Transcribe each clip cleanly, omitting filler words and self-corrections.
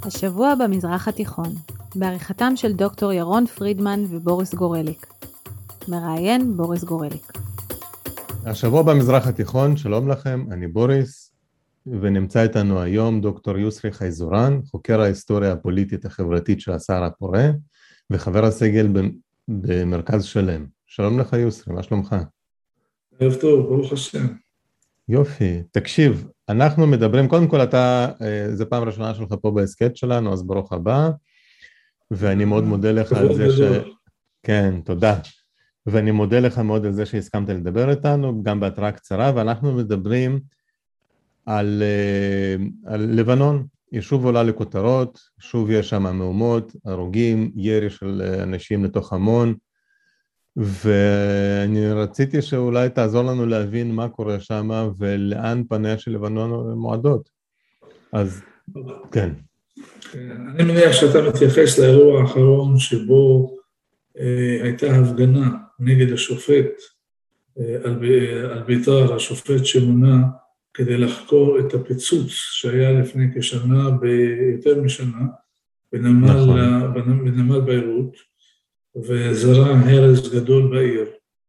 השבוע במזרח התיכון, בעריכתם של דוקטור ירון פרידמן ובוריס גורליק. מראיין בוריס גורליק. השבוע במזרח התיכון, שלום לכם, אני בוריס, ונמצא איתנו היום דוקטור יוסרי חייזורן, חוקר ההיסטוריה הפוליטית החברתית של הסהר הפורה, וחבר הסגל במרכז שלם. שלום לך יוסרי, מה שלומך? ערב טוב, ברוך השם. יופי, תקשיב, אנחנו מדברים, קודם כל אתה, זו פעם ראשונה שלך פה בהסקט שלנו, אז ברוך הבא, ואני מאוד מודה לך על זה כן, תודה. ואני מודה לך מאוד על זה שהסכמת לדבר איתנו, גם בהתראה קצרה, ואנחנו מדברים על לבנון. שוב עולה לכותרות, שוב יש שם מהומות, הרוגים, ירי של אנשים לתוך המון, ואני רציתי שאולי תעזור לנו להבין מה קורה שם ולאן פניה של לבנון מועדות. אז כן. אני מניח שאתה מתייחס לאירוע האחרון שבו הייתה הפגנה נגד השופט על ביתר, השופט שמונה כדי לחקור את הפיצוץ שהיה לפני כשנה, ביותר משנה, בנמל ביירות, וזרע הרס גדול בעיר.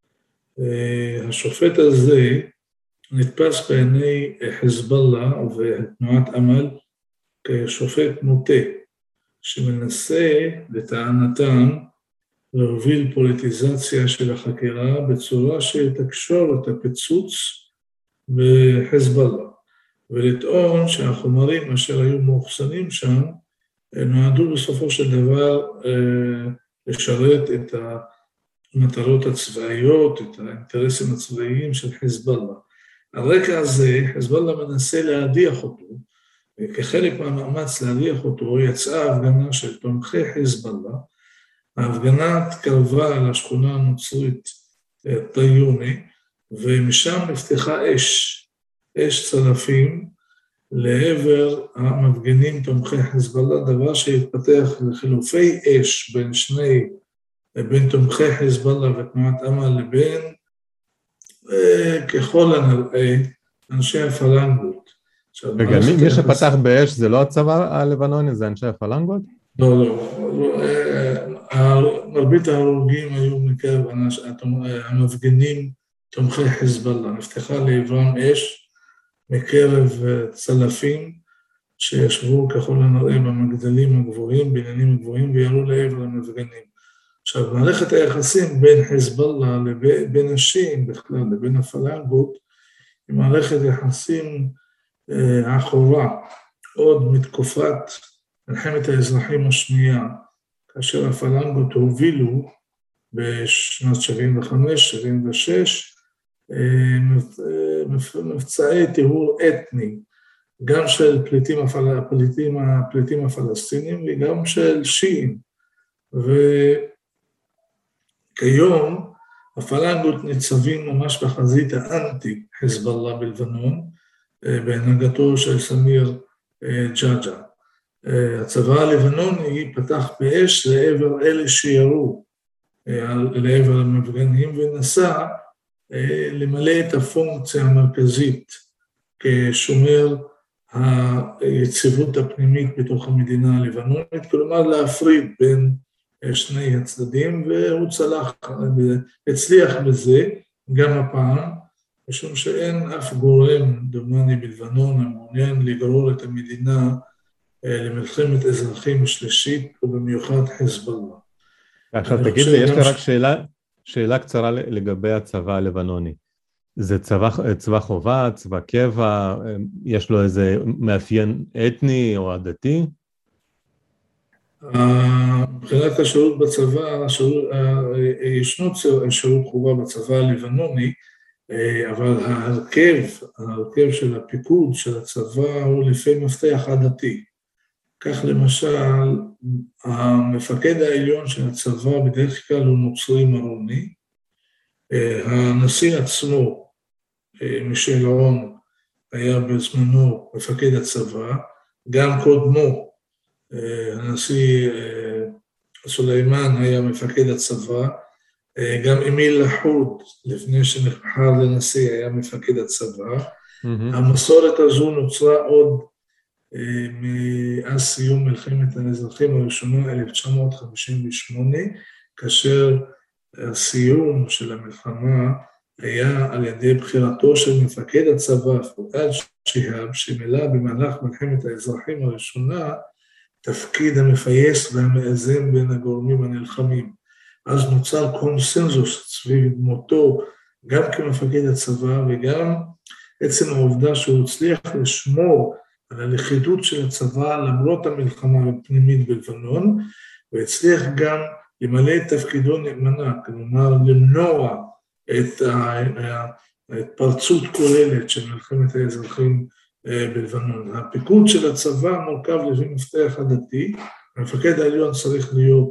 השופט הזה נתפס בעיני חיזבאללה ותנועת אמל כשופט מוטה, שמנסה לטענתם להוביל פוליטיזציה של החקירה בצורה שתקשור את הפיצוץ בחיזבאללה, ולטעון שהחומרים אשר היו מאוחסנים שם נועדו בסופו של דבר לשרת את המטרות הצבאיות, את האינטרסים הצבאיים של חיזבאללה. על רקע הזה, חיזבאללה מנסה להדיח אותו, וכחלק מהמאמץ להדיח אותו, יצאה הפגנה של תומכי חיזבאללה. ההפגנה התקרבה לשכונה הנוצרית טיוני, ומשם נפתחה אש צלפים לעבר המפגינים תומכי חיזבאללה, דבר שהתפתח לחילופי אש בין תומכי חיזבאללה ותנועת אמל לבין ככל הנראה אנשי הפלנגות. רגע, מי שפתח באש זה לא הצבא הלבנוני, זה אנשי הפלנגות? לא. מרבית ההרוגים היו מקרב המפגינים תומכי חיזבאללה. נפתחה לעברם אש מקרב צלפים שישבו ככל הנראה במגדלים הגבוהים, בניינים הגבוהים, וירו לעבר המפגינים. עכשיו, מערכת היחסים בין חיזבאללה לבין השיעים בכלל, לבין הפלנגות, היא מערכת יחסים עכורה, עוד מתקופת מלחמת האזרחים השנייה, כאשר הפלנגות הובילו בשנת 75-76, מבצעי טיהור אתני, גם של הפליטים הפלסטינים וגם של שיעים. וכיום הפלנגות ניצבים ממש בחזית האנטי חיזבאללה בלבנון, בהנהגתו של סמיר ג'אג'ה. הצבא הלבנוני פתח באש לעבר אלה שירו לעבר המפגינים, ונסה למלא את הפונקציה המרכזית כשומר היציבות הפנימית בתוך המדינה הלבנונית, כלומר להפריד בין שני הצדדים, והוא הצליח בזה גם הפעם, משום שאין אף גורם דומני בלבנון המעוניין לגרור את המדינה למלחמת אזרחים שלישית, ובמיוחד חיזבאללה. עכשיו תגיד לי, יש לי רק שאלה קצרה לגבי הצבא הלבנוני. זה צבא חובה, צבא קבע, יש לו איזה מאפיין אתני או עדתי? מבחינת השירות בצבא, ישנו שירות חובה בצבא הלבנוני, אבל ההרכב של הפיקוד של הצבא הוא לפי מפתח עדתי. כך למשל, המפקד העליון של הצבא בדרך כלל הוא נוצרי מרוני, הנשיא עצמו, מישל עון, היה בזמנו מפקד הצבא, גם קודמו, הנשיא סולימן היה מפקד הצבא, גם אמיל לחוד, לפני שנבחר לנשיא, היה מפקד הצבא. המסורת הזו נוצרה עוד מאז סיום מלחמת האזרחים הראשונה 1958, כאשר הסיום של המלחמה היה על ידי בחירתו של מפקד הצבא, פואד שיהאב, שמילא במהלך מלחמת האזרחים הראשונה, תפקיד המפייס והמאזן בין הגורמים הנלחמים. אז נוצר קונסנזוס סביב דמותו, גם כמפקד הצבא וגם עצם העובדה שהוא הצליח לשמור על הלכידות של הצבא למרות המלחמה הפנימית בלבנון, והצליח גם למלא את תפקידו נאמנה, כלומר למנוע את ההתפרצות כוללת של מלחמת האזרחים בלבנון. הפיקוד של הצבא מורכב לפי מפתח עדתי, המפקד העליון צריך להיות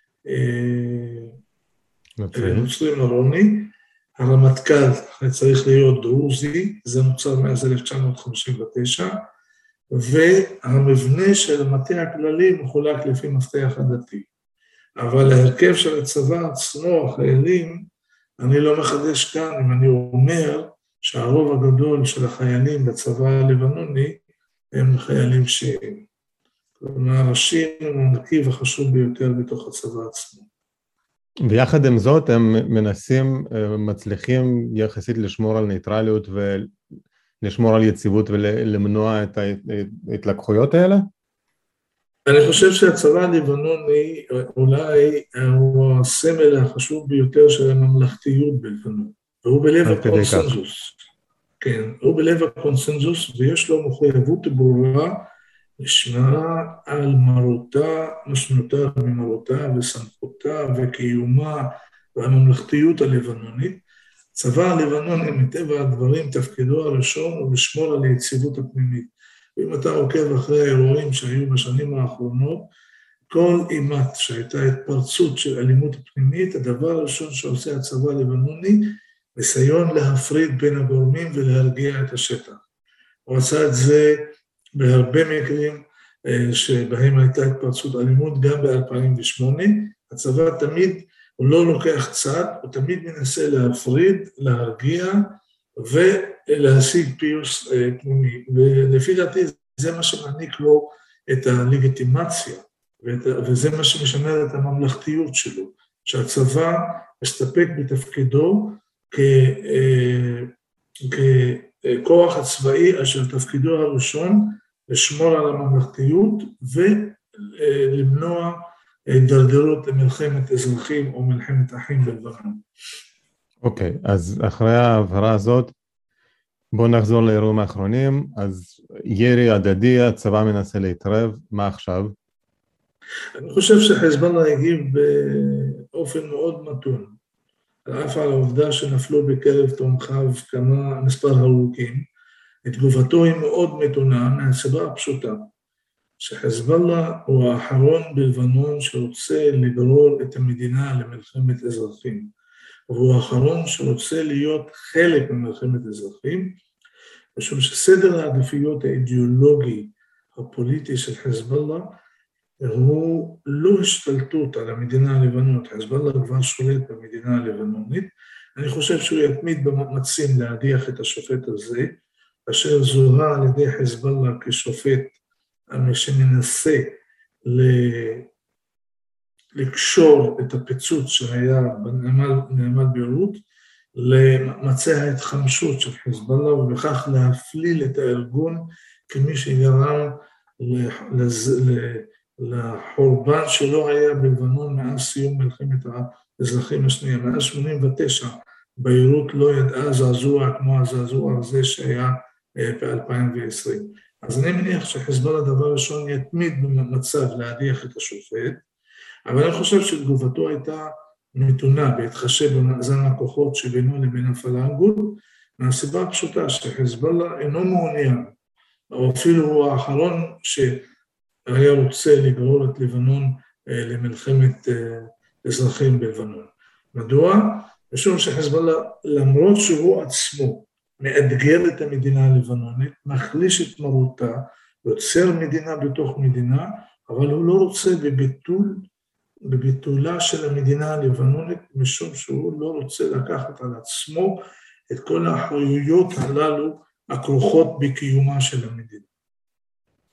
נוצרי מרוני, הרמטכ"ל צריך להיות דרוזי, זה נוצר מאז 1959, והמבנה של המטה הכללי מחולק לפי מפתח עדתי. אבל ההרכב של הצבא עצמו, החיילים, אני לא מחדש כאן אם אני אומר שהרוב הגדול של החיילים בצבא הלבנוני הם חיילים שיעים. כלומר, השיעים הם המרכיב החשוב ביותר בתוך הצבא עצמו. ויחד עם זאת הם מנסים, מצליחים יחסית לשמור על ניטרליות ולשמור על יציבות ולמנוע את ההתלקחויות האלה? אני חושב שהצבא הלבנוני אולי הוא הסמל החשוב ביותר של הממלכתיות בלבנון, והוא בלב הקונסנזוס. כן, הוא בלב הקונסנזוס, ויש לו מחויבות ברורה לשמירה על מרותה, משמעותה ומרותה וסמכותה וקיומה והממלכתיות הלבנונית. צבא הלבנוני מטבע הדברים תפקידו הראשון הוא לשמור על היציבות הפנימית. ואם אתה עוקב אחרי האירועים שהיו בשנים האחרונות, כל אימת שהייתה התפרצות של אלימות פנימית, הדבר הראשון שעושה הצבא הלבנוני, ניסיון להפריד בין הגורמים ולהרגיע את השטח. הוא עשה את זה בהרבה מקרים שבהם הייתה התפרצות אלימות, גם ב-2008, הצבא תמיד, הוא לא לוקח צד, הוא תמיד מנסה להפריד, להרגיע ולהשיג פיוס פנימי. ולפי דעתי זה מה שמעניק לו את הלגיטימציה, וזה מה שמשמר את הממלכתיות שלו, שהצבא מסתפק בתפקידו ככוח הצבאי אשר תפקידו הראשון לשמור על הממלכתיות ולמנוע דרדרות למלחמת אזרחים או מלחמת אחים בלבנון. אוקיי, אז אחרי ההבהרה הזאת, בואו נחזור לאירועים האחרונים. אז ירי הדדי, הצבא מנסה להתערב, מה עכשיו? אני חושב שחיזבאללה הגיב באופן מאוד מתון, על אף על העובדה שנפלו בקרב תומכיו מספר הרוגים. תגובתו היא מאוד מתונה מהסיבה הפשוטה, שחיזבאללה הוא האחרון בלבנון שרוצה לגרור את המדינה למלחמת אזרחים, והוא האחרון שרוצה להיות חלק ממלחמת אזרחים, משום שסדר העדיפויות האידיאולוגי הפוליטי של חיזבאללה הוא לא השתלטות על המדינה הלבנונית. חיזבאללה כבר שולט במדינה הלבנונית. אני חושב שהוא יתמיד במאמצים להדיח את השופט הזה, אשר זוהה על ידי חיזבאללה כשופט שמנסה לקשור את הפיצוץ שהיה בנמל ביירות למצע ההתחמשות של חיזבאללה, ובכך להפליל את הארגון כמי שגרם לחורבן שלא היה בלבנון מאז סיום מלחמת האזרחים השנייה. מאז 89 ביירות לא ידעה זעזוע כמו הזעזוע הזה שהיה ב-2020. אז אני מניח שחיזבאללה דבר ראשון יתמיד במצב להדיח את השופט, אבל אני חושב שתגובתו הייתה מתונה בהתחשב במאזן הכוחות שבינו לבין הפלנגות, מהסיבה הפשוטה שחיזבאללה אינו מעוניין, או אפילו הוא האחרון שהיה רוצה לגרור את לבנון למלחמת אזרחים בלבנון. מדוע? משום שחיזבאללה, למרות שהוא עצמו מאתגר את המדינה הלבנונית, מחליש את מרותה, יוצר מדינה בתוך מדינה, אבל הוא לא רוצה בביטולה של המדינה הלבנונית, משום שהוא לא רוצה לקחת על עצמו את כל האחריויות הללו הכרוכות בקיומה של המדינה.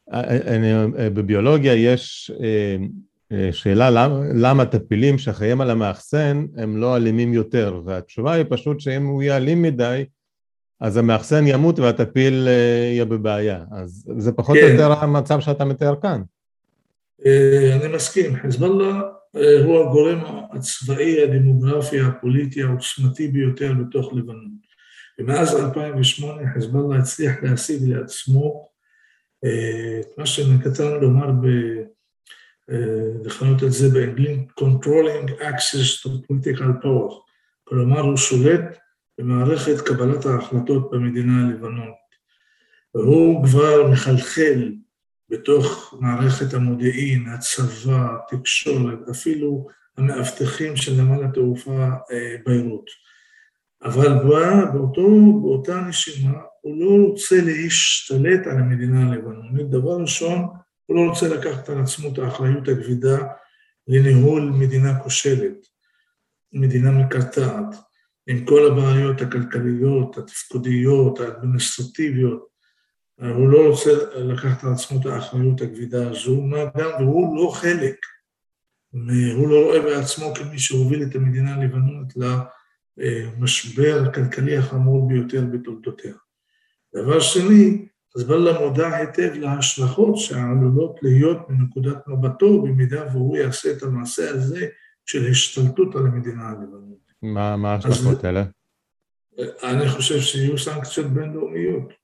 בביולוגיה יש שאלה למה טפילים שחיים על המאחסן הם לא אלימים יותר, והתשובה היא פשוט שאם הוא יהיה אלים מדי, אז המאחסן ימות והטפיל יהיה בבעיה. אז זה פחות או יותר המצב שאתה מתאר כאן. אני מסכים, חיזבאללה הוא הגורם הצבאי, הדמוגרפי, הפוליטי, העוצמתי ביותר בתוך לבנון. ומאז 2008 חיזבאללה הצליח להשיג לעצמו את מה שנקטן לומר לכנות את זה באנגלית, controlling access to political power. כלומר, הוא שולט במערכת קבלת ההחלטות במדינה הלבנונית. והוא כבר מחלחל בתוך מערכת המודיעין, הצבא, התקשורת, אפילו המאבטחים של נמל התעופה ביירות. אבל באותה נשימה, הוא לא רוצה להשתלט על המדינה הלבנונית. דבר ראשון, הוא לא רוצה לקחת על עצמו את האחריות הכבדה לניהול מדינה כושלת, מדינה מקרטעת, עם כל הבעיות הכלכליות, התפקודיות, האדמיניסטרטיביות. הוא לא רוצה לקחת על עצמו את האחריות הכבדה הזו, מה גם והוא לא חלק, הוא לא רואה בעצמו כמי שהוביל את המדינה הלבנונית למשבר הכלכלי החמור ביותר בתולדותיה. דבר שני, חיזבאללה מודע היטב להשלכות שעלולות להיות מנקודת מבטו, במידה והוא יעשה את המעשה הזה של השתלטות על המדינה הלבנונית. מה ההשלכות האלה? אני חושב שיהיו סנקציות בינלאומיות.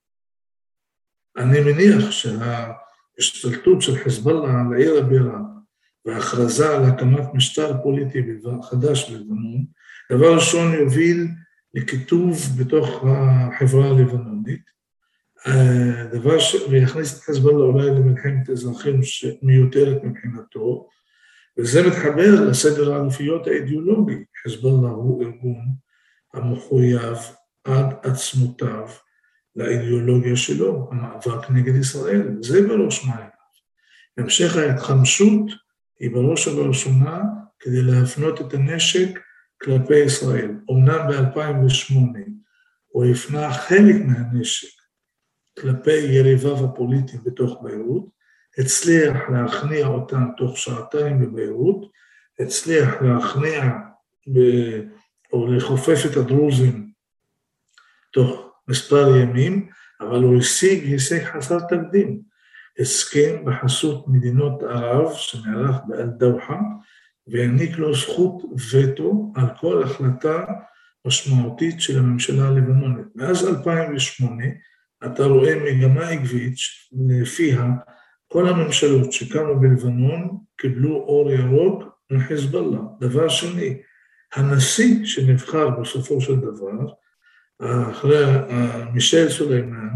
אני מניח שההשתלטות של חיזבאללה על העיר הבירה, וההכרזה על הקמת משטר פוליטי חדש בלבנון, דבר ראשון יוביל לכיתוב בתוך החברה הלבנונית, ויכניס את חיזבאללה אולי למלחמת אזרחים שמיותרת מבחינתו, וזה מתחבר לסדר העדיפויות האידיאולוגי. חיזבאללה הוא ארגון המחויב עד עצמותיו לאידיאולוגיה שלו, המאבק נגד ישראל, זה בראש מעייניו. המשך ההתחמשות היא בראש ובראשונה כדי להפנות את הנשק כלפי ישראל. אומנם ב-2008 הוא הפנה חלק מהנשק כלפי יריביו הפוליטיים בתוך ביירות, הצליח להכניע אותם תוך שעתיים בביירות, הצליח להכניע או לחופף את הדרוזים תוך מספר ימים, אבל הוא השיג הישג חסר תקדים, הסכם בחסות מדינות ערב שנערך באל-דוחה, והעניק לו זכות וטו על כל החלטה משמעותית של הממשלה הלבנונית. מאז 2008 אתה רואה מגמה עקבית לפיה כל הממשלות שקמו בלבנון קיבלו אור ירוק מחיזבאללה. דבר שני, הנשיא שנבחר בסופו של דבר, אחרי מישל סולימאן,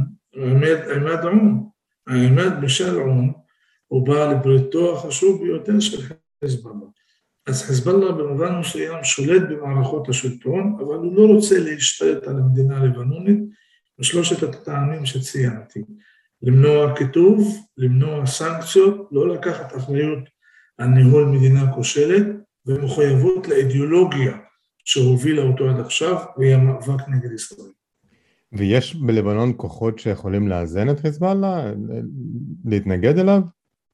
עמד מישל עון, הוא בא לבריתו החשוב ביותר של חיזבאללה. אז חיזבאללה במובן מסוים שולט במערכות השלטון, אבל הוא לא רוצה להשתלט על המדינה הלבנונית, בשלושת הטעמים שציינתי. למנוע כיתוב, למנוע סנקציות, לא לקחת אחריות על ניהול מדינה כושלת, ומחויבות לאידיאולוגיה שהובילה אותו עד עכשיו, והיא המאבק נגד ישראל. ויש בלבנון כוחות שיכולים לאזן את חיזבאללה, להתנגד אליו?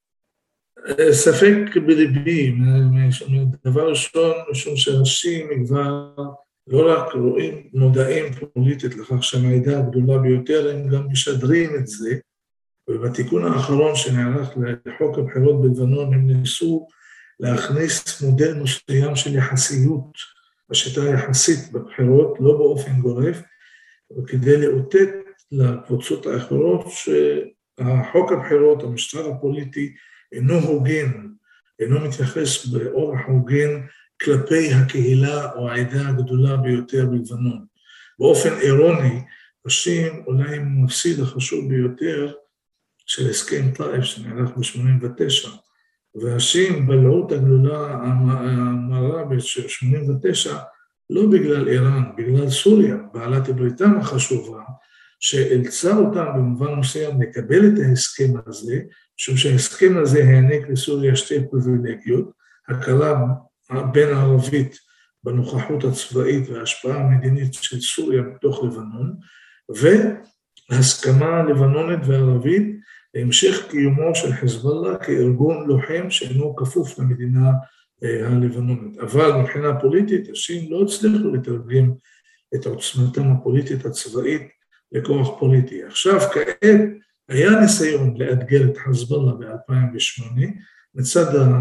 ספק בלבי, דבר ראשון, משום שאנשים כבר לא רק רואים מודעים פוליטית לכך שהמעידה הגדולה ביותר, הם גם משדרים את זה, ובתיקון האחרון שנערך לחוק הבחירות בלבנון, הם ניסו להכניס מודל מסוים של יחסיות, השיטה היחסית בבחירות, לא באופן גורף, וכדי לאותת לקבוצות האחרות שהחוק הבחירות, המשטר הפוליטי, אינו הוגן, אינו מתייחס באורח הוגן כלפי הקהילה או העדה הגדולה ביותר בלבנון. באופן אירוני, ראשים אולי מפסיד החשוב ביותר של הסכם טייף שנערך ב-89, והראשים בלעו את הגדולה המרה ב-89, לא בגלל איראן, בגלל סוריה, בעלת בריתם החשובה, שאלצה אותם במובן מסוים לקבל את ההסכם הזה, משום שההסכם הזה העניק לסוריה שתי פריבילגיות, הכרה בין הערבית בנוכחות הצבאית וההשפעה המדינית של סוריה בתוך לבנון, והסכמה לבנונית וערבית המשך קיומו של חיזבאללה כארגון לוחם שאינו כפוף למדינה הלבנונית. אבל מבחינה פוליטית, השיעים לא הצליחו לתרגם את עוצמתם הפוליטית הצבאית לכוח פוליטי. עכשיו, כעת, היה ניסיון לאתגר את חיזבאללה ב-2008, מצד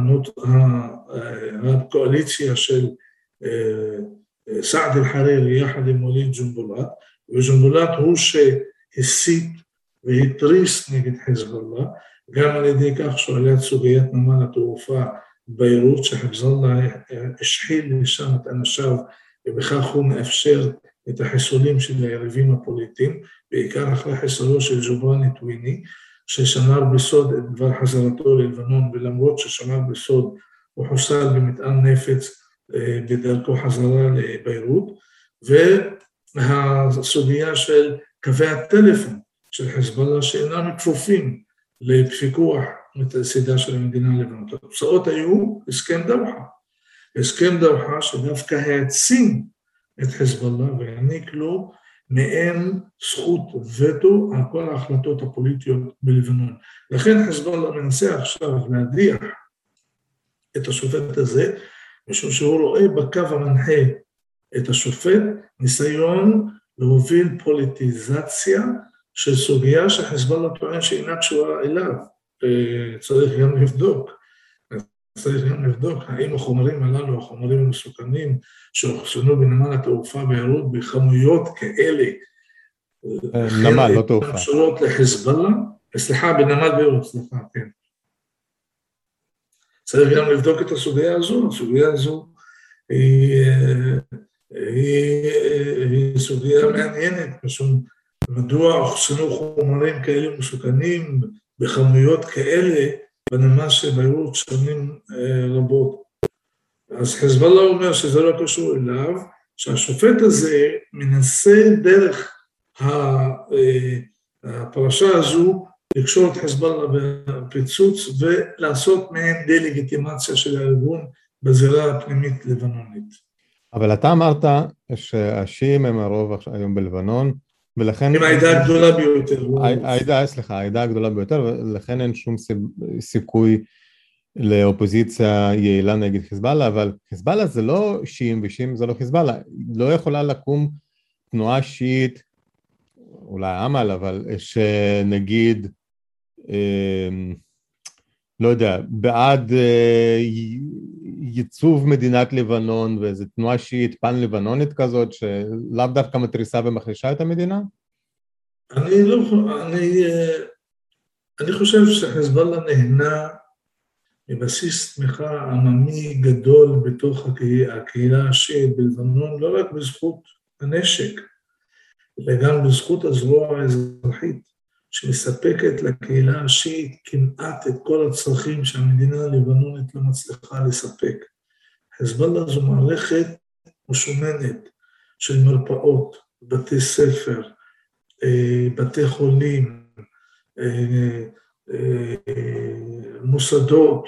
הקואליציה של סעד אל-חרירי יחד עם וליד ג'נבלאט, וג'נבלאט הוא שהסית והתריס נגד חיזבאללה, גם על ידי כך שהוא העלה סוגיית נמל התעופה ביירות, שחיזבאללה השחיל לשם את אנשיו, ובכך הוא מאפשר את החיסולים של היריבים הפוליטיים, בעיקר אחרי חיסולו של ג'ובראן טוויני, ששמר בסוד את דבר חזרתו ללבנון, ולמרות ששמר בסוד הוא חוסל במטען נפץ בדרכו חזרה לביירות, והסוגיה של קווי הטלפון של חיזבאללה שאינם כפופים לפיקוח מצדה של המדינה הלבנונית. התוצאות היו הסכם דוחה. הסכם דוחה שדווקא העצים את חיזבאללה והעניק לו מעין זכות וטו על כל ההחלטות הפוליטיות בלבנון. לכן חיזבאללה מנסה עכשיו להדיח את השופט הזה, משום שהוא רואה בקו המנחה את השופט ניסיון להוביל פוליטיזציה של סוגיה שחיזבאללה טוען שאינה קשורה אליו. צריך גם לבדוק האם החומרים הללו, החומרים המסוכנים שאוחסנו בנמל התעופה ביירות בכמויות כאלה, נמל, לא תעופה. קשורות לחיזבאללה, בנמל ביירות, כן. צריך גם לבדוק את הסוגיה הזו, הסוגיה הזו היא סוגיה מעניינת, משום מדוע אוחסנו חומרים כאלה מסוכנים בכמויות כאלה בנמל של ביירות שנים רבות. אז חיזבאללה אומר שזה לא קשור אליו, שהשופט הזה מנסה דרך הפרשה הזו לקשור את חיזבאללה בפיצוץ ולעשות מעין דה-לגיטימציה של הארגון בזירה הפנימית לבנונית. אבל אתה אמרת שהשיעים הם הרוב היום בלבנון, ולכן... עם העדה הגדולה ביותר. העדה הגדולה ביותר, ולכן אין שום סיכוי לאופוזיציה יעילה נגד חיזבאללה, אבל חיזבאללה זה לא שיעים ושיעים, זה לא חיזבאללה. לא יכולה לקום תנועה שיעית, אולי עמל, אבל שנגיד, לא יודע, בעד ייצוב מדינת לבנון, ואיזו תנועה שיעית פן לבנונית כזאת, שלאו דווקא מטריסה ומחלישה את המדינה? אני חושב שחיזבאללה נהנה מבסיס תמיכה עממי גדול בתוך הקהילה השיעית בלבנון, לא רק בזכות הנשק, אלא גם בזכות הזרוע האזרחית, שמספקת לקהילה השיעית כמעט את כל הצרכים שהמדינה הלבנונית לא מצליחה לספק. חיזבאללה זו מערכת משומנת של מרפאות, בתי ספר, בתי חולים, מוסדות,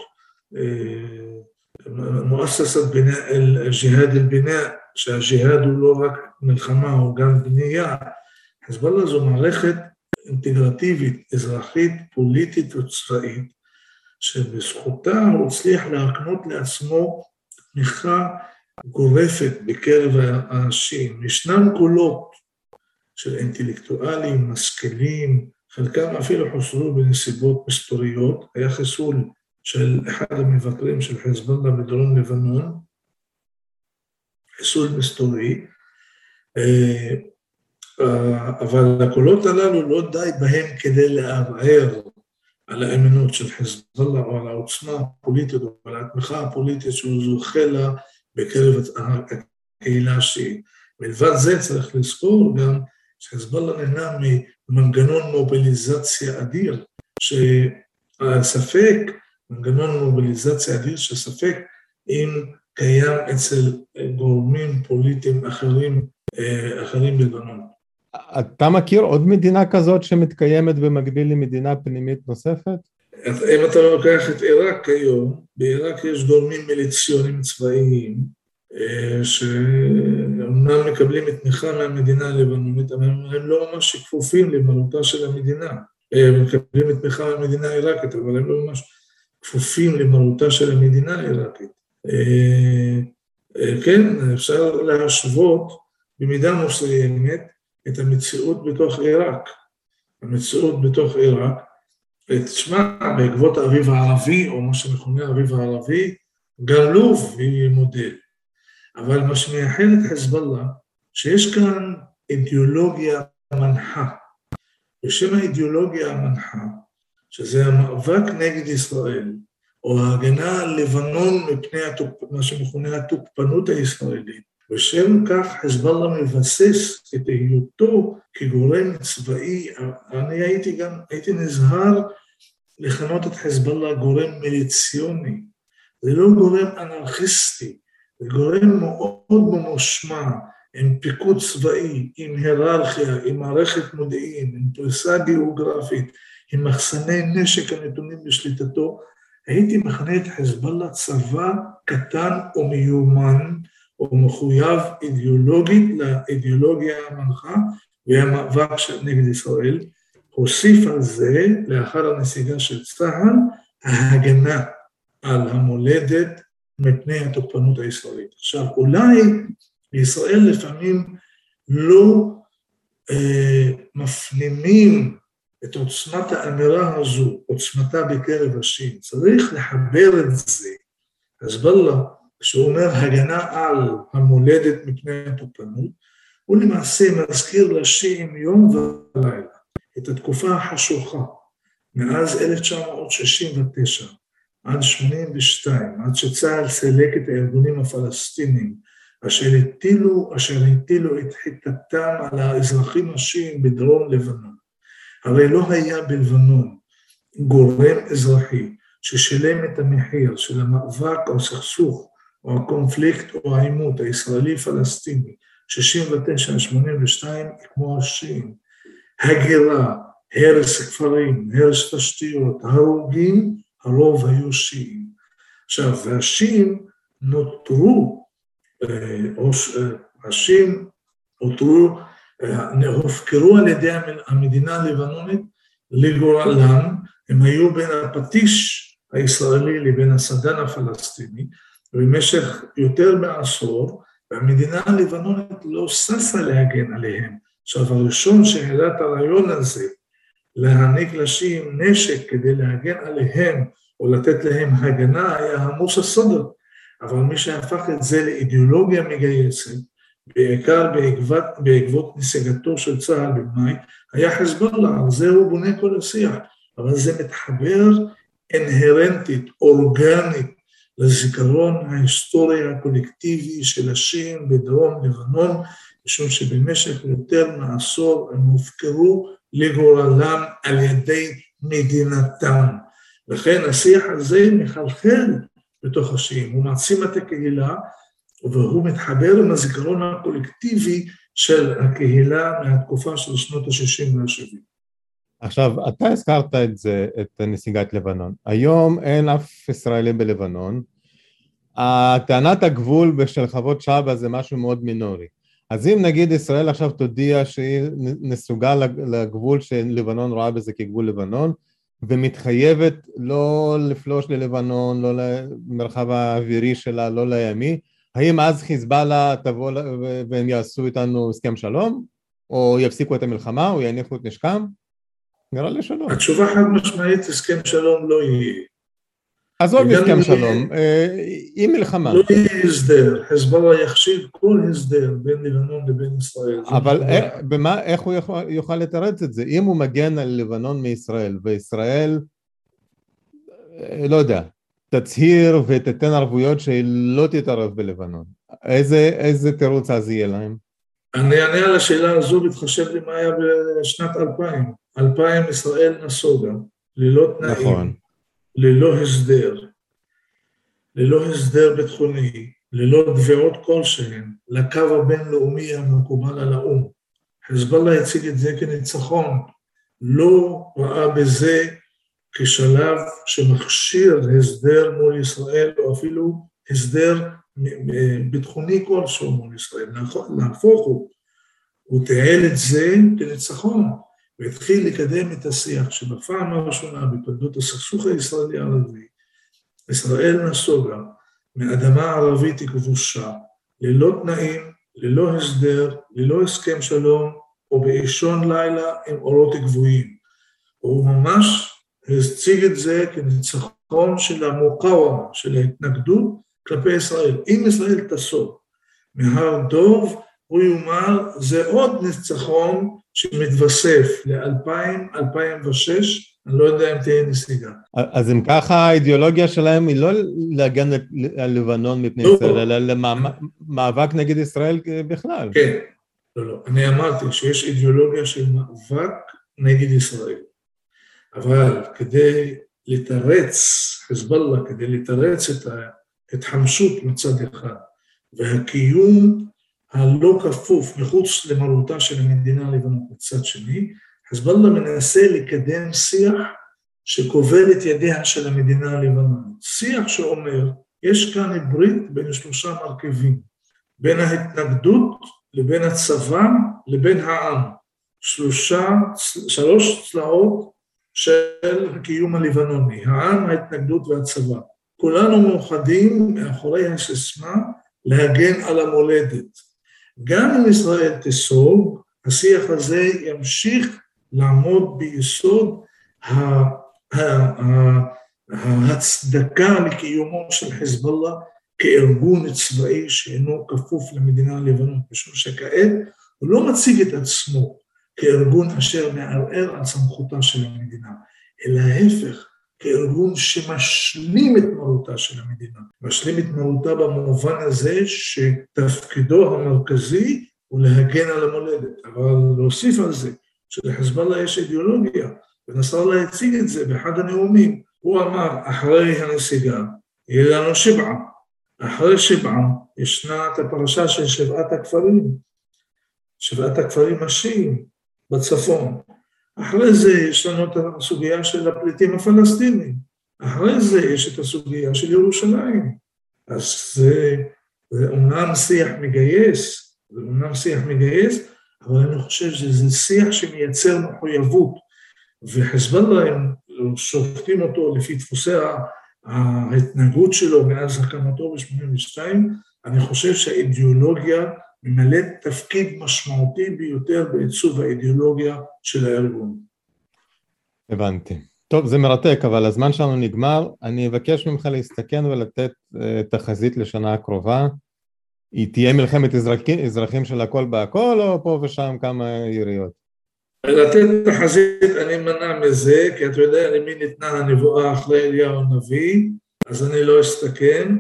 מואססת ג'יהאד אל-בינה, שהג'יהאד הוא לא רק מלחמה, הוא גם בנייה. חיזבאללה זו מערכת אינטגרטיבית, אזרחית, פוליטית וצבאית, שבזכותה הוא הצליח להקנות לעצמו תמיכה גורפת בקרב האנשים. ישנם קולות של אינטלקטואלים, משכילים, חלקם אפילו חוסלו בנסיבות מסתוריות. היה חיסול של אחד המבקרים של חיזבאללה בדרום לבנון, חיסול מסתורי, אבל הקולות הללו לא די בהם כדי לערער על האמינות של חיזבאללה או על העוצמה הפוליטית או על התמיכה הפוליטית שהוא זוכה לה בקרב הקהילה השיעית. מלבד זה צריך לזכור גם שחיזבאללה נהנה ממנגנון מוביליזציה אדיר, שספק, מנגנון מוביליזציה אדיר שספק אם קיים אצל גורמים פוליטיים אחרים בלבנון. אתה מכיר עוד מדינה כזאת שמתקיימת במקביל למדינה פנימית נוספת? אם אתה לוקח את עיראק כיום, בעיראק יש גורמים מיליציוניים צבאיים, שאומנם מקבלים את תמיכה מהמדינה הלבנונית, אבל הם לא ממש כפופים למרותה של המדינה. מקבלים את תמיכה במדינה העיראקית, אבל הם לא ממש כפופים למרותה של המדינה העיראקית. כן, אפשר להשוות במידה מסוימת את המציאות בתוך עיראק. המציאות בתוך עיראק, תשמע, בעקבות האביב הערבי, או מה שמכונה האביב הערבי, גם לוב היא מודל. אבל מה שמייחד את חיזבאללה, שיש כאן אידיאולוגיה מנחה. בשם האידיאולוגיה המנחה, שזה המאבק נגד ישראל, או ההגנה על לבנון מפני מה שמכונה התוקפנות הישראלית. בשם כך חיזבאללה מבסס את היותו כגורם צבאי. אני הייתי נזהר לכנות את חיזבאללה גורם מיליציוני. זה לא גורם אנרכיסטי, זה גורם מאוד ממושמע, עם פיקוד צבאי, עם היררכיה, עם מערכת מודיעין, עם פריסה גיאוגרפית, עם מחסני נשק הנתונים בשליטתו. הייתי מכנה את חיזבאללה צבא קטן או מיומן, או מחויב אידיאולוגית לאידיאולוגיה המנחה, והמאבק נגד ישראל. הוסיף על זה, לאחר הנסיגה של צה"ל, ההגנה על המולדת מפני התוקפנות הישראלית. עכשיו, אולי בישראל לפעמים לא מפנימים את עוצמת האמירה הזו, עוצמתה בקרב השיעים. צריך לחבר את זה. חיזבאללה, כשהוא אומר הגנה על המולדת מפני התוקפנות, הוא למעשה מזכיר לשיעים יום ולילה את התקופה החשוכה, מאז 1969 עד 82, עד שצה"ל סילק את הארגונים הפלסטינים, אשר הטילו את חיתתם על האזרחים השיעים בדרום לבנון. הרי לא היה בלבנון גורם אזרחי ששילם את המחיר של המאבק או הסכסוך או הקונפליקט או העימות הישראלי-פלסטיני 69-82 כמו השיעים. הגירה, הרס כפרים, הרס תשתיות, הרוגים, הרוב היו שיעים. עכשיו, והשיעים נותרו, השיעים נותרו, הופקרו על ידי המדינה הלבנונית לגורלם, הם היו בין הפטיש הישראלי לבין הסדן הפלסטיני, ובמשך יותר מעשור, והמדינה הלבנונית לא ששה להגן עליהם. עכשיו, הראשון שהעלה את הרעיון הזה, להעניק לשיעים נשק כדי להגן עליהם, או לתת להם הגנה, היה עמוס הסדר. אבל מי שהפך את זה לאידיאולוגיה מגייסת, בעיקר בעקבות נסיגתו של צה"ל במאי, היה חיזבאללה, על זה הוא בונה כל השיח. אבל זה מתחבר אינהרנטית, אורגנית, לזיכרון ההיסטורי הקולקטיבי של השיעים בדרום לבנון, משום שבמשך יותר מעשור הם הופקרו לגורלם על ידי מדינתם. לכן השיח הזה מחלחל בתוך השיעים, הוא מעצים את הקהילה, והוא מתחבר עם הזיכרון הקולקטיבי של הקהילה מהתקופה של שנות ה-60 וה-70. עכשיו, אתה הזכרת את זה, את נסיגת לבנון. היום אין אף ישראלי בלבנון. טענת הגבול של חוות שבא זה משהו מאוד מינורי. אז אם נגיד ישראל עכשיו תודיע שהיא נסוגה לגבול שלבנון רואה בזה כגבול לבנון, ומתחייבת לא לפלוש ללבנון, לא למרחב האווירי שלה, לא לימי, האם אז חיזבאללה תבוא והם יעשו איתנו הסכם שלום, או יפסיקו את המלחמה, או יניחו את נשקם? נראה לי שלום. התשובה חד משמעית, הסכם שלום לא יהיה. אז עוד הסכם שלום, עם מלחמה. לא יהיה הסדר, חיזבאללה יחשיב כל הסדר בין לבנון לבין ישראל. אבל איך הוא יוכל לתרץ את זה? אם הוא מגן על לבנון מישראל, וישראל, לא יודע, תצהיר ותתן ערבויות שהיא לא תתערב בלבנון, איזה תירוץ אז יהיה להם? אני אענה על השאלה הזו, מתחשב לי מה היה בשנת 2000. 2000 ישראל נסוגה, ללא תנאים. נכון. ללא הסדר ביטחוני, ללא דביעות כלשהן, לקו הבינלאומי המקובל על האו"ם. חיזבאללה הציג את זה כניצחון, לא ראה בזה כשלב שמכשיר הסדר מול ישראל, או אפילו הסדר ביטחוני כלשהו מול ישראל. להפוך הוא תיאל את זה כניצחון, והתחיל לקדם את השיח שבפעם הראשונה בתולדות הסכסוך הישראלי-ערבי, ישראל נסוגה מאדמה ערבית כבושה, ללא תנאים, ללא הסדר, ללא הסכם שלום, או באישון לילה עם אורות גבוהים. הוא ממש הציג את זה כניצחון של המוקאוומה, של ההתנגדות כלפי ישראל. אם ישראל תסוג מהר דוב, הוא יאמר, זה עוד ניצחון שמתווסף ל-2000-2006, אני לא יודע אם תהיה נסיגה. אז אם ככה האידיאולוגיה שלהם היא לא להגן על לבנון מפני ישראל, אלא למאבק נגד ישראל בכלל. כן, לא. אני אמרתי שיש אידיאולוגיה של מאבק נגד ישראל, אבל כדי לתרץ, חיזבאללה, כדי לתרץ את ההתחמשות מצד אחד, והקיום הלא כפוף מחוץ למרותה של המדינה הלבנונית מצד שני, חיזבאללה מנסה לקדם שיח שכובל את ידיה של המדינה הלבנונית. שיח שאומר, יש כאן ברית בין 3 מרכיבים, בין ההתנגדות לבין הצבא לבין העם. 3 צלעות של הקיום הלבנוני, העם, ההתנגדות והצבא. כולנו מאוחדים מאחורי הסיסמה להגן על המולדת. גם אם ישראל תסוג, השיח הזה ימשיך לעמוד ביסוד ההצדקה לקיומו של חיזבאללה כארגון צבאי שאינו כפוף למדינה הלבנונית, משום שכעת הוא לא מציג את עצמו כארגון אשר מערער על סמכותה של המדינה, אלא ההפך, כארגון שמשלים את מרותה של המדינה. משלים את מרותה במובן הזה שתפקידו המרכזי הוא להגן על המולדת. אבל להוסיף על זה, שלחיזבאללה יש אידיאולוגיה, ונסראללה הציג את זה באחד הנאומים. הוא אמר, אחרי הנסיגה, יהיה לנו 7. אחרי 7 ישנה את הפרשה של 7 הכפרים, 7 הכפרים השיעים בצפון. אחרי זה יש לנו את הסוגיה של הפליטים הפלסטינים. אחרי זה יש את הסוגיה של ירושלים. אז זה אומנם שיח מגייס, אבל אני חושב שזה שיח שמייצר מחויבות. וחיזבאללה, הם שופטים אותו לפי דפוסי ההתנהגות שלו מאז הקמתו ב-82, אני חושב שהאידיאולוגיה ממלאת תפקיד משמעותי ביותר בעיצוב האידיאולוגיה של הארגון. הבנתי. טוב, זה מרתק, אבל הזמן שלנו נגמר. אני אבקש ממך להסתכן ולתת תחזית לשנה הקרובה. היא תהיה מלחמת אזרחים של הכל בהכל, או פה ושם כמה יריות? לתת תחזית, אני מנע מזה, כי אתה יודע למי ניתנה הנבואה אחרי אליהו הנביא, אז אני לא אסתכן,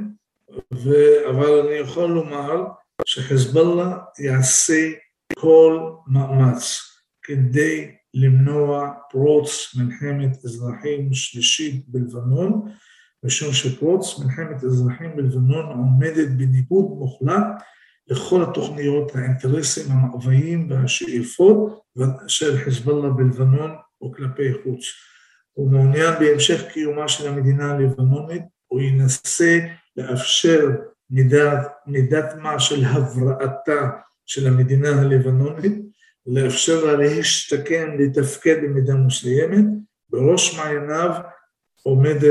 אבל אני יכול לומר שחיזבאללה יעשה כל מאמץ כדי למנוע פרוץ מלחמת אזרחים שלישית בלבנון, משום שפרוץ מלחמת אזרחים בלבנון עומדת בניגוד מוחלט לכל התוכניות, האינטרסים המאוויים והשאיפות של חיזבאללה בלבנון או כלפי חוץ. הוא מעוניין בהמשך קיומה של המדינה הלבנונית, הוא ינסה לאפשר מידת מה של הבראתה של המדינה הלבנונית, לאפשר לה להשתכן, לתפקד במידה מסוימת. בראש מעייניו עומדת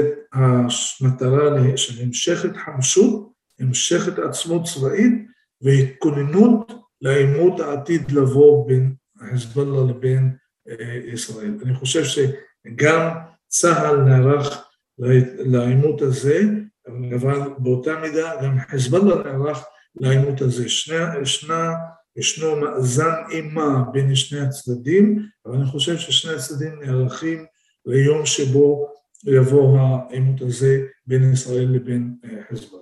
המטרה של המשכת חמשות, המשכת עצמות צבאית, והתכוננות לעימות העתיד לבוא בין חיזבאללה לבין ישראל. אני חושב שגם צה"ל נערך לעימות הזה, אבל באותה מידה גם חיזבאללה נערך לעימות הזה. ישנו מאזן אימה בין שני הצדדים, אבל אני חושב ששני הצדדים נערכים ליום שבו יבוא העימות הזה בין ישראל לבין חיזבאללה.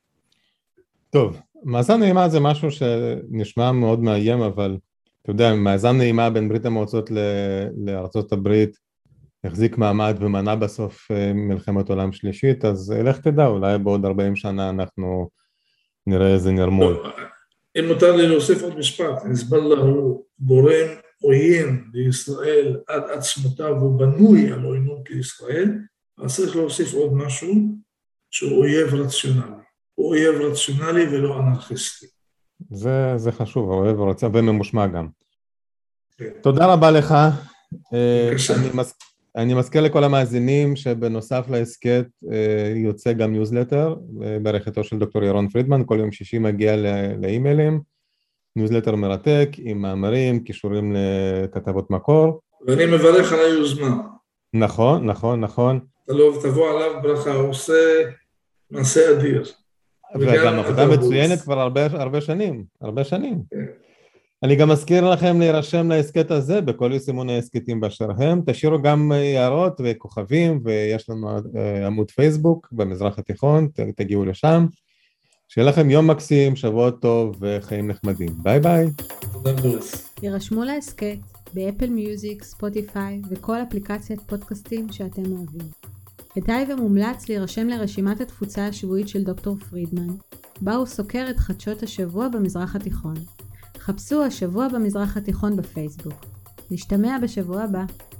טוב, מאזן נעימה זה משהו שנשמע מאוד מאיים, אבל אתה יודע, מאזן נעימה בין ברית המועצות לארצות הברית, החזיק מעמד ומנע בסוף מלחמת עולם שלישית, אז לך תדע, אולי בעוד 40 שנה אנחנו נראה איזה נרמול. אם מותר לי להוסיף עוד משפט, חיזבאללה הוא גורם עוין לישראל עד עצמותיו, הוא בנוי על עוינות לישראל, אז צריך להוסיף עוד משהו שהוא אויב רציונלי. הוא אויב רציונלי ולא אנרכיסטי. זה חשוב, אויב רציונלי וממושמע גם. כן. תודה רבה לך, אני מזכיר לכל המאזינים שבנוסף להסקט יוצא גם ניוזלטר בעריכתו של דוקטור ירון פרידמן, כל יום שישי מגיע לאימיילים, ניוזלטר מרתק עם מאמרים, קישורים לכתבות מקור. ואני מברך על היוזמה. נכון. תבוא עליו ברכה, הוא עושה מעשה אדיר. וגם עבודה מצוינת כבר הרבה שנים. אני גם מזכיר לכם להירשם להסקט הזה בכל יישומוני ההסקטים באשר הם, תשאירו גם הערות וכוכבים, ויש לנו עמוד פייסבוק במזרח התיכון, תגיעו לשם. שיהיה לכם יום מקסים, שבוע טוב וחיים נחמדים. ביי ביי. תודה בוריס. יירשמו להסקט באפל מיוזיק, ספוטיפיי וכל אפליקציית פודקאסטים שאתם אוהבים. כדאי ומומלץ להירשם לרשימת התפוצה השבועית של דוקטור פרידמן, בה הוא סוקר את חדשות השבוע במזרח התיכון. חפשו השבוע במזרח התיכון בפייסבוק. נשתמע בשבוע הבא.